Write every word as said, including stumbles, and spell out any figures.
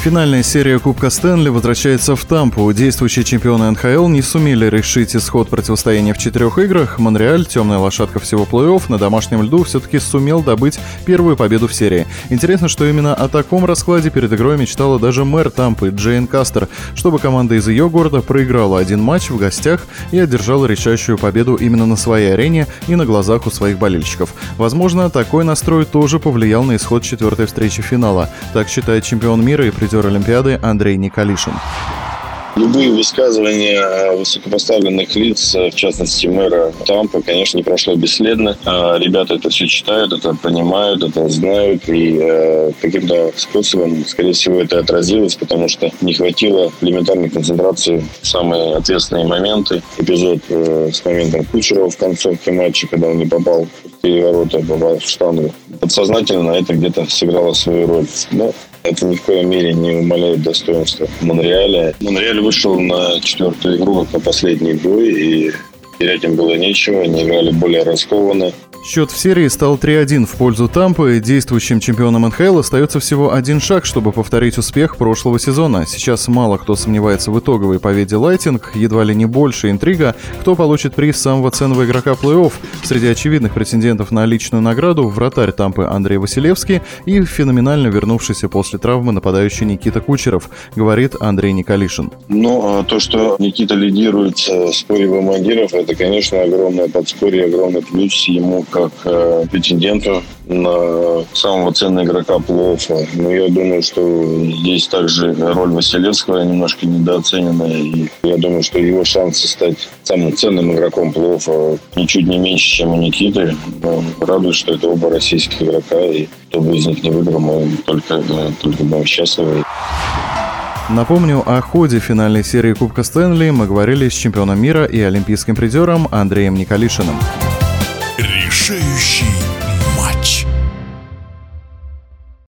Финальная серия Кубка Стэнли возвращается в Тампу. Действующие чемпионы эн ха эл не сумели решить исход противостояния в четырех играх. Монреаль, темная лошадка всего плей-офф, на домашнем льду все-таки сумел добыть первую победу в серии. Интересно, что именно о таком раскладе перед игрой мечтала даже мэр Тампы Джейн Кастер, чтобы команда из ее города проиграла один матч в гостях и одержала решающую победу именно на своей арене и на глазах у своих болельщиков. Возможно, такой настрой тоже повлиял на исход четвертой встречи финала. Так считает чемпион мира и призер Олимпиады Андрей Николишин. Любые высказывания высокопоставленных лиц, в частности мэра Тампы, конечно, не прошло бесследно. Ребята это все читают, это понимают, это знают, и каким-то способом, скорее всего, это отразилось, потому что не хватило элементарной концентрации в самые ответственные моменты. Эпизод с моментом Кучерова в концовке матча, когда он не попал в пустые ворота, попал в штангу. Подсознательно это где-то сыграло свою роль. Но это ни в коем мере не умаляет достоинства Монреаля. Монреаль вышел на четвертую игру, как на последний бой, и терять им было нечего. Они играли более раскованно. Счет в серии стал три один в пользу Тампы. Действующим чемпионом эн ха эл остается всего один шаг, чтобы повторить успех прошлого сезона. Сейчас мало кто сомневается в итоговой победе Лайтинг. Едва ли не больше интрига, кто получит приз самого ценного игрока плей-офф. Среди очевидных претендентов на личную награду вратарь Тампы Андрей Василевский и феноменально вернувшийся после травмы нападающий Никита Кучеров, говорит Андрей Николишин. Ну, то, что Никита лидирует в споре бомбардиров, это, конечно, огромное подспорье, огромный плюс ему как э, претенденту на самого ценного игрока плей-оффа. Но я думаю, что здесь также роль Василевского немножко недооценена. И я думаю, что его шансы стать самым ценным игроком плей-оффа ничуть не меньше, чем у Никиты. Но радует, что это оба российских игрока. И кто бы из них не выиграл, мы только, только будем счастливы. Напомню, о ходе финальной серии Кубка Стэнли мы говорили с чемпионом мира и олимпийским призером Андреем Николишиным.